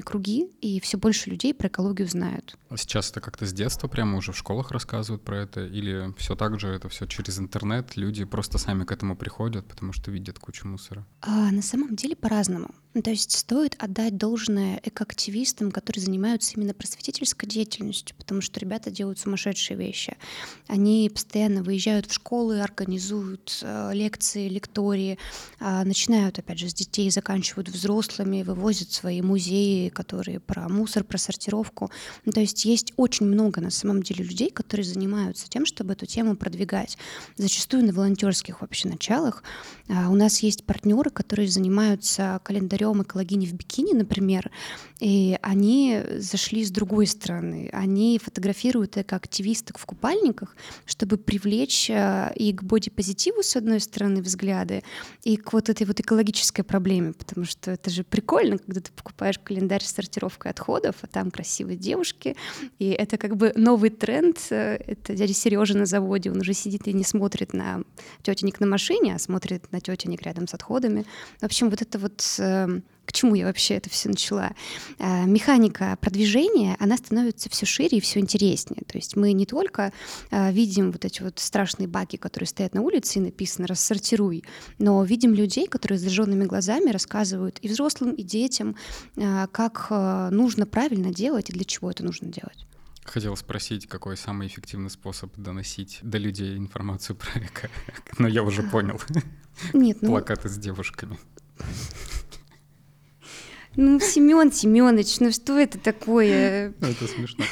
S2: экологичные круги, и все больше людей про экологию знают.
S1: А сейчас это как-то с детства прямо уже в школах рассказывают про это? Или все так же, это все через интернет, люди просто сами к этому приходят, потому что видят кучу мусора?
S2: А на самом деле по-разному. Ну, то есть стоит отдать должное экоактивистам, которые занимаются именно просветительской деятельностью, потому что ребята делают сумасшедшие вещи. Они постоянно выезжают в школы, организуют э, лекции, лектории, э, начинают, опять же, с детей, заканчивают взрослыми, вывозят свои музеи, которые про мусор, про сортировку. Ну, то есть есть очень много на самом деле людей, которые занимаются тем, чтобы эту тему продвигать. Зачастую на волонтерских вообще началах. Э, у нас есть партнеры, которые занимаются календарем экологини в бикини, например, и они зашли с другой стороны. Они фотографируют экоактивисток в купальниках, чтобы привлечь и к бодипозитиву, с одной стороны, взгляды, и к вот этой вот экологической проблеме, потому что это же прикольно, когда ты покупаешь календарь с сортировкой отходов, а там красивые девушки, и это как бы новый тренд. Это дядя Сережа на заводе, он уже сидит и не смотрит на тетенек на машине, а смотрит на тетенек рядом с отходами. В общем, вот это вот к чему я вообще это все начала? Механика продвижения, она становится все шире и все интереснее. То есть мы не только видим вот эти вот страшные баки, которые стоят на улице и написано «рассортируй», но видим людей, которые с зажженными глазами рассказывают и взрослым, и детям, как нужно правильно делать и для чего это нужно делать.
S1: Хотел спросить, какой самый эффективный способ доносить до людей информацию про эко, но я уже понял.
S2: Нет, ну...
S1: Плакаты с девушками.
S2: Ну, Семен Семенович, ну что это такое?
S1: Это смешно.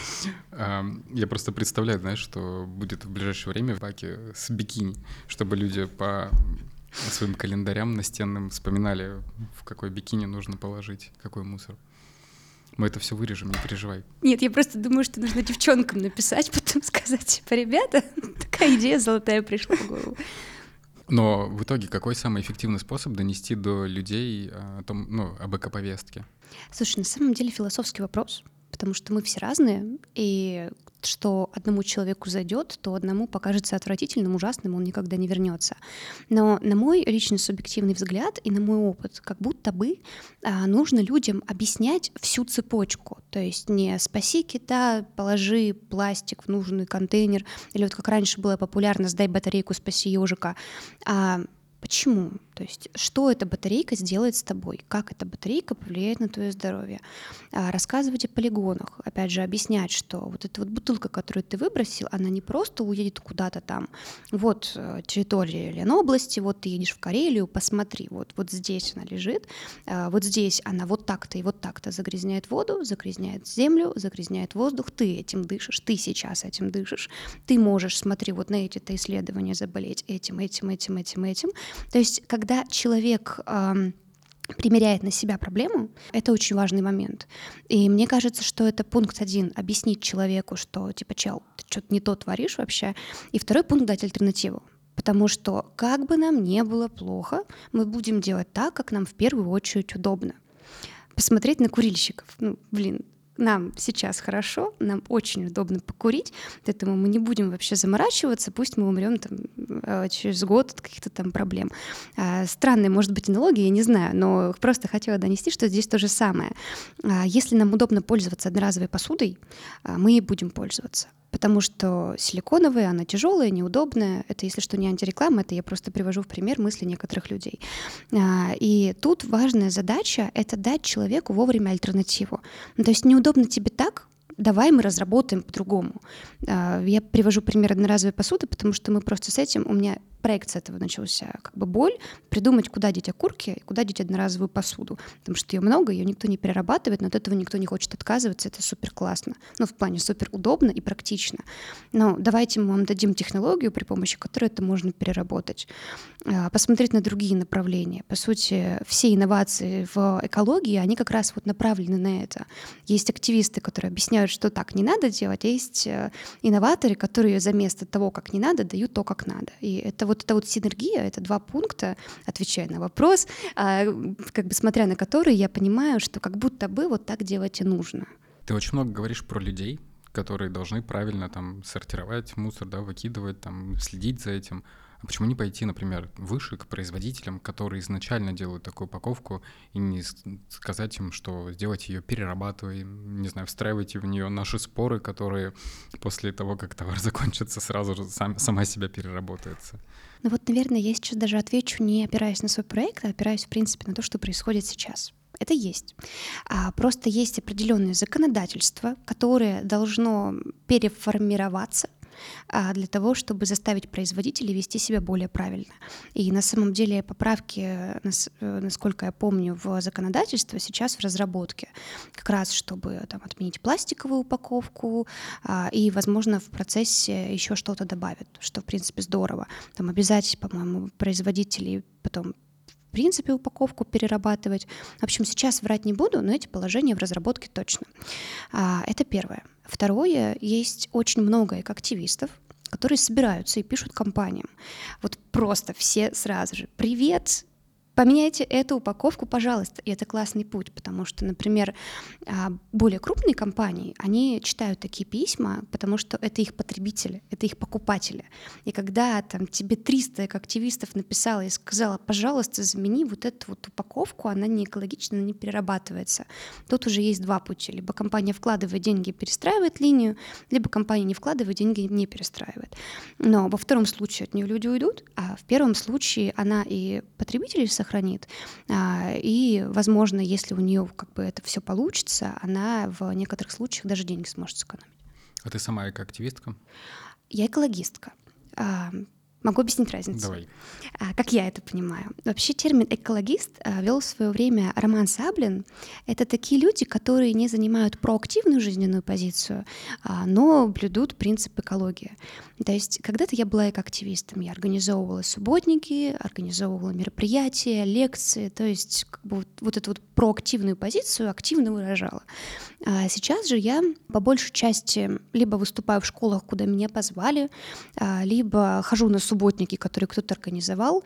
S1: Я просто представляю, знаешь, что будет в ближайшее время в баке с бикини, чтобы люди по своим календарям настенным вспоминали, в какой бикини нужно положить, какой мусор. Мы это все вырежем, не переживай.
S2: Нет, я просто думаю, что нужно девчонкам написать, потом сказать, типа, ребята, такая идея золотая пришла в голову.
S1: Но в итоге какой самый эффективный способ донести до людей о том, ну, об эко-повестке?
S2: Слушай, на самом деле философский вопрос, потому что мы все разные, и что одному человеку зайдет, то одному покажется отвратительным, ужасным, он никогда не вернется. Но на мой личный субъективный взгляд и на мой опыт, как будто бы а, нужно людям объяснять всю цепочку. То есть не спаси кита, положи пластик в нужный контейнер, или вот как раньше было популярно «сдай батарейку, спаси ежика», а почему? То есть что эта батарейка сделает с тобой? Как эта батарейка повлияет на твое здоровье? Рассказывать о полигонах. Опять же, объяснять, что вот эта вот бутылка, которую ты выбросил, она не просто уедет куда-то там. Вот территория Ленобласти, вот ты едешь в Карелию, посмотри, вот, вот здесь она лежит, вот здесь она вот так-то и вот так-то загрязняет воду, загрязняет землю, загрязняет воздух. Ты этим дышишь, ты сейчас этим дышишь. Ты можешь, смотри, вот на эти-то исследования заболеть этим, этим, этим, этим, этим. То есть, когда человек э, примеряет на себя проблему, это очень важный момент. И мне кажется, что это пункт один — объяснить человеку, что типа, чел, ты что-то не то творишь вообще. И второй пункт — дать альтернативу. Потому что как бы нам не было плохо, мы будем делать так, как нам в первую очередь удобно. Посмотреть на курильщиков. Ну, блин, нам сейчас хорошо, нам очень удобно покурить, поэтому мы не будем вообще заморачиваться, пусть мы умрем там через год от каких-то там проблем. Странная, может быть, аналогия, я не знаю, но просто хотела донести, что здесь то же самое. Если нам удобно пользоваться одноразовой посудой, мы и будем пользоваться. Потому что силиконовая, она тяжелая, неудобная. Это, если что, не антиреклама, это я просто привожу в пример мысли некоторых людей. И тут важная задача — это дать человеку вовремя альтернативу. Ну, то есть неудобно тебе так, давай мы разработаем по-другому. Я привожу пример одноразовой посуды, потому что мы просто с этим, у меня проект с этого начался, как бы боль, придумать, куда деть окурки и куда деть одноразовую посуду, потому что ее много, ее никто не перерабатывает, но от этого никто не хочет отказываться, это супер классно, ну, в плане супер удобно и практично. Но давайте мы вам дадим технологию, при помощи которой это можно переработать, посмотреть на другие направления. По сути, все инновации в экологии, они как раз вот направлены на это. Есть активисты, которые объясняют, что так не надо делать, а есть инноваторы, которые заместо того, как не надо, дают то, как надо. И это вот эта вот синергия, это два пункта, отвечая на вопрос, а, как бы смотря на которые я понимаю, что как будто бы вот так делать и нужно.
S1: Ты очень много говоришь про людей, которые должны правильно там сортировать мусор, да, выкидывать, там, следить за этим. А почему не пойти, например, выше к производителям, которые изначально делают такую упаковку, и не сказать им, что сделайте ее, перерабатывай, не знаю, встраивайте в нее наши споры, которые после того, как товар закончится, сразу же сам, сама себя переработается?
S2: Ну вот, наверное, я сейчас даже отвечу, не опираясь на свой проект, а опираясь, в принципе, на то, что происходит сейчас. Это есть. А просто есть определенное законодательство, которое должно переформироваться а, для того, чтобы заставить производителей вести себя более правильно. И на самом деле поправки, нас- э, насколько я помню, в законодательство сейчас в разработке, как раз чтобы там, отменить пластиковую упаковку, а, и, возможно, в процессе еще что-то добавят, что, в принципе, здорово. Там обязать, по-моему, производителей потом в принципе упаковку перерабатывать. В общем, сейчас врать не буду, но эти положения в разработке точно. А, Это первое. Второе, есть очень много экоактивистов, которые собираются и пишут компаниям. Вот просто все сразу же: «Привет, поменяйте эту упаковку, пожалуйста». И это классный путь, потому что, например, а, более крупные компании, они читают такие письма, потому что это их потребители, это их покупатели. И когда там тебе триста активистов написало и сказала: «Пожалуйста, замени вот эту вот упаковку, она не экологична, она не перерабатывается», тут уже есть два пути. Либо компания вкладывает деньги и перестраивает линию, либо компания не вкладывает деньги и не перестраивает. Но во втором случае от нее люди уйдут, а в первом случае она и потребителей сохранит, а, и, возможно, если у нее как бы это все получится, она в некоторых случаях даже деньги сможет сэкономить.
S1: А ты сама экоактивистка?
S2: Я экологистка. А, Могу объяснить разницу.
S1: Давай.
S2: А, Как я это понимаю? Вообще термин «экологист» а, вел в свое время Роман Саблин. Это такие люди, которые не занимают проактивную жизненную позицию, а, но блюдут принцип экологии. То есть когда-то я была экоактивистом. Я организовывала субботники, организовывала мероприятия, лекции. То есть как бы вот, вот эту вот проактивную позицию активно выражала. А сейчас же я по большей части либо выступаю в школах, куда меня позвали, а, либо хожу на субботники, которые кто-то организовал.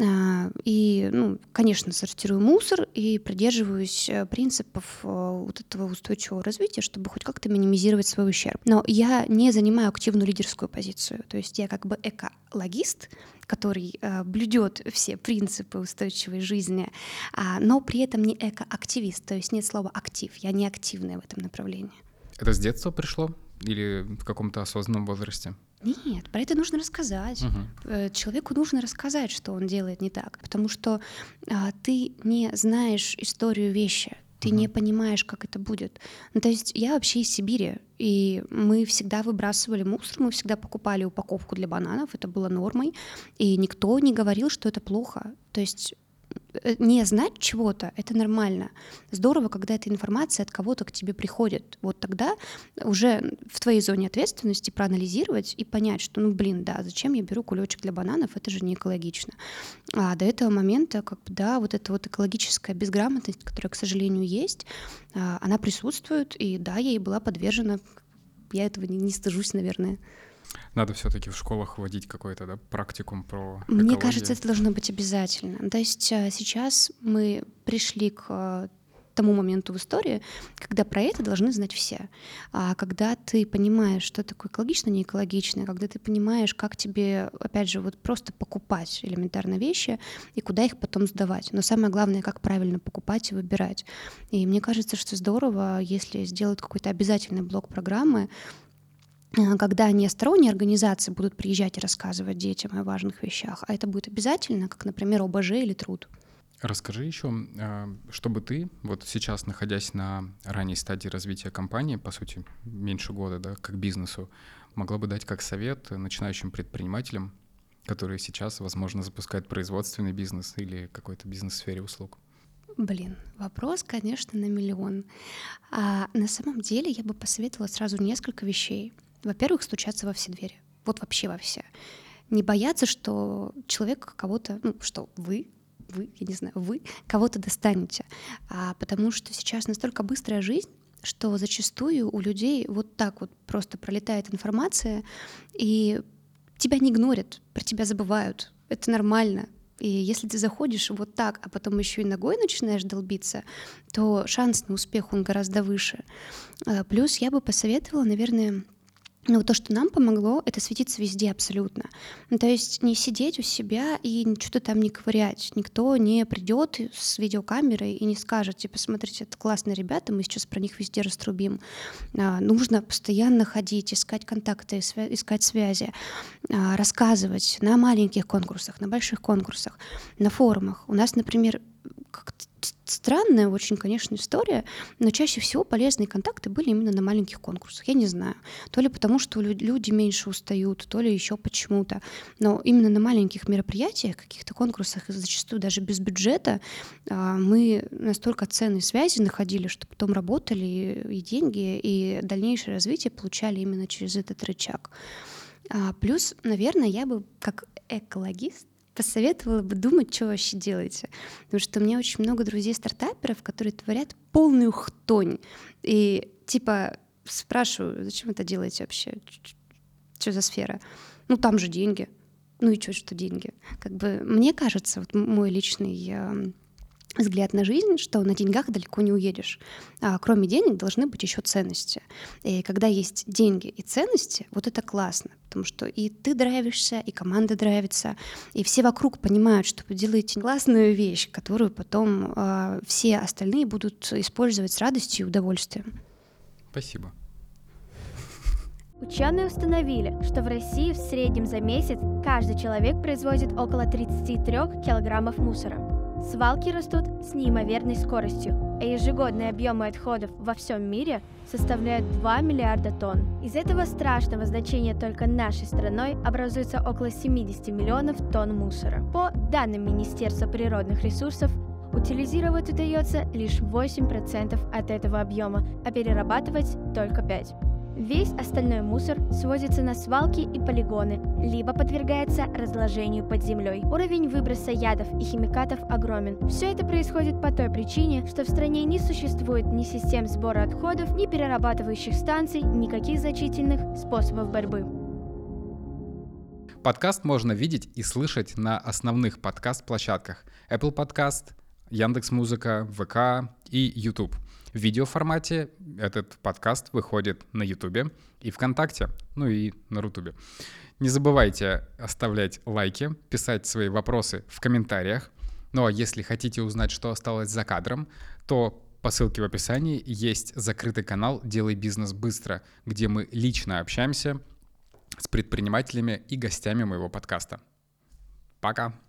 S2: А, И, ну, конечно, сортирую мусор и придерживаюсь э, принципов э, вот этого устойчивого развития, чтобы хоть как-то минимизировать свой ущерб. Но я не занимаю активную лидерскую позицию. То есть я как бы экологист, который э, блюдет все принципы устойчивой жизни, а, но при этом не экоактивист, то есть нет слова «актив», я не активная в этом направлении.
S1: Это с детства пришло или в каком-то осознанном возрасте?
S2: Нет, про это нужно рассказать.
S1: Угу.
S2: Э, Человеку нужно рассказать, что он делает не так, потому что а, ты не знаешь историю вещи, ты
S1: Мгм.
S2: не понимаешь, как это будет. Ну, то есть я вообще из Сибири, и мы всегда выбрасывали мусор, мы всегда покупали упаковку для бананов, это было нормой, и никто не говорил, что это плохо. То есть э, не знать чего-то — это нормально. Здорово, когда эта информация от кого-то к тебе приходит. Вот тогда уже в твоей зоне ответственности проанализировать и понять, что, ну, блин, да, зачем я беру кулечек для бананов, это же не экологично. А до этого момента, как бы, да, вот эта вот экологическая безграмотность, которая, к сожалению, есть, а, она присутствует, и да, я ей была подвержена. Я этого не, не стыжусь, наверное.
S1: Надо все-таки в школах вводить какой-то, да, практикум про
S2: Мне
S1: экологию.
S2: кажется, это должно быть обязательно. То есть а, сейчас мы пришли к а, тому моменту в истории, когда про это должны знать все. А когда ты понимаешь, что такое экологично, не экологично, когда ты понимаешь, как тебе, опять же, вот просто покупать элементарно вещи и куда их потом сдавать. Но самое главное, как правильно покупать и выбирать. И мне кажется, что здорово, если сделать какой-то обязательный блок программы, а, когда не сторонние организации будут приезжать и рассказывать детям о важных вещах, а это будет обязательно, как, например, о бэ жэ или труд.
S1: Расскажи еще, чтобы ты, вот сейчас, находясь на ранней стадии развития компании, по сути, меньше года, да, как бизнесу, могла бы дать как совет начинающим предпринимателям, которые сейчас, возможно, запускают производственный бизнес или какой-то бизнес в сфере услуг?
S2: Блин, вопрос, конечно, на миллион. А на самом деле я бы посоветовала сразу несколько вещей. Во-первых, стучаться во все двери. Вот вообще во все. Не бояться, что человек кого-то, ну, что вы, вы, я не знаю, вы кого-то достанете. А потому что сейчас настолько быстрая жизнь, что зачастую у людей вот так вот просто пролетает информация, и тебя не игнорят, про тебя забывают. Это нормально. И если ты заходишь вот так, а потом еще и ногой начинаешь долбиться, то шанс на успех, он гораздо выше. А, Плюс я бы посоветовала, наверное, Но то, что нам помогло, это светиться везде абсолютно. Ну, то есть не сидеть у себя и что-то там не ковырять. Никто не придет с видеокамерой и не скажет, типа, смотрите, это классные ребята, мы сейчас про них везде раструбим. А, нужно постоянно ходить, искать контакты, свя- искать связи, а, рассказывать на маленьких конкурсах, на больших конкурсах, на форумах. У нас, например, как-то странная очень, конечно, история, но чаще всего полезные контакты были именно на маленьких конкурсах. Я не знаю, то ли потому, что люди меньше устают, то ли еще почему-то. Но именно на маленьких мероприятиях, каких-то конкурсах, и зачастую даже без бюджета, мы настолько ценные связи находили, что потом работали, и деньги, и дальнейшее развитие получали именно через этот рычаг. Плюс, наверное, я бы как экологист посоветовала бы думать, что вообще делаете. Потому что у меня очень много друзей-стартаперов, которые творят полную хтонь. И типа спрашиваю, зачем это делаете вообще? Что за сфера? Ну там же деньги. Ну и что, что деньги? Как бы мне кажется, вот мой личный взгляд на жизнь, что на деньгах далеко не уедешь. А кроме денег должны быть еще ценности. И когда есть деньги и ценности, вот это классно, потому что и ты драйвишься, и команда драйвится, и все вокруг понимают, что вы делаете классную вещь, которую потом э, все остальные будут использовать с радостью и удовольствием.
S1: Спасибо.
S5: Ученые установили, что в России в среднем за месяц каждый человек производит около тридцать три килограммов мусора. Свалки растут с неимоверной скоростью, а ежегодные объемы отходов во всем мире составляют два миллиарда тонн. Из этого страшного значения только нашей страной образуется около семьдесят миллионов тонн мусора. По данным Министерства природных ресурсов, утилизировать удается лишь восемь процентов от этого объема, а перерабатывать только пять процентов. Весь остальной мусор свозится на свалки и полигоны, либо подвергается разложению под землей. Уровень выброса ядов и химикатов огромен. Все это происходит по той причине, что в стране не существует ни систем сбора отходов, ни перерабатывающих станций, никаких значительных способов борьбы.
S1: Подкаст можно видеть и слышать на основных подкаст-площадках Apple Podcast, Яндекс.Музыка, ВК и YouTube. В видеоформате этот подкаст выходит на Ютубе и ВКонтакте, ну и на Рутубе. Не забывайте оставлять лайки, писать свои вопросы в комментариях. Ну а если хотите узнать, что осталось за кадром, то по ссылке в описании есть закрытый канал «Делай бизнес быстро», где мы лично общаемся с предпринимателями и гостями моего подкаста. Пока!